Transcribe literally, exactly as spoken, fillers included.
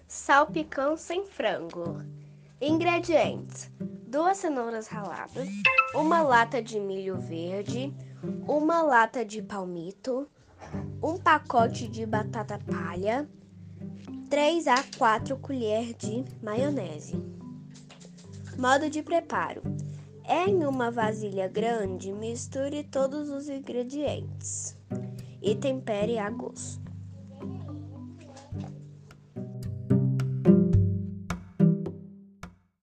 Salpicão sem frango. Ingredientes: duas cenouras raladas, uma lata de milho verde, uma lata de palmito, um pacote de batata palha, três a quatro colheres de maionese. Modo de preparo: em uma vasilha grande, misture todos os ingredientes e tempere a gosto.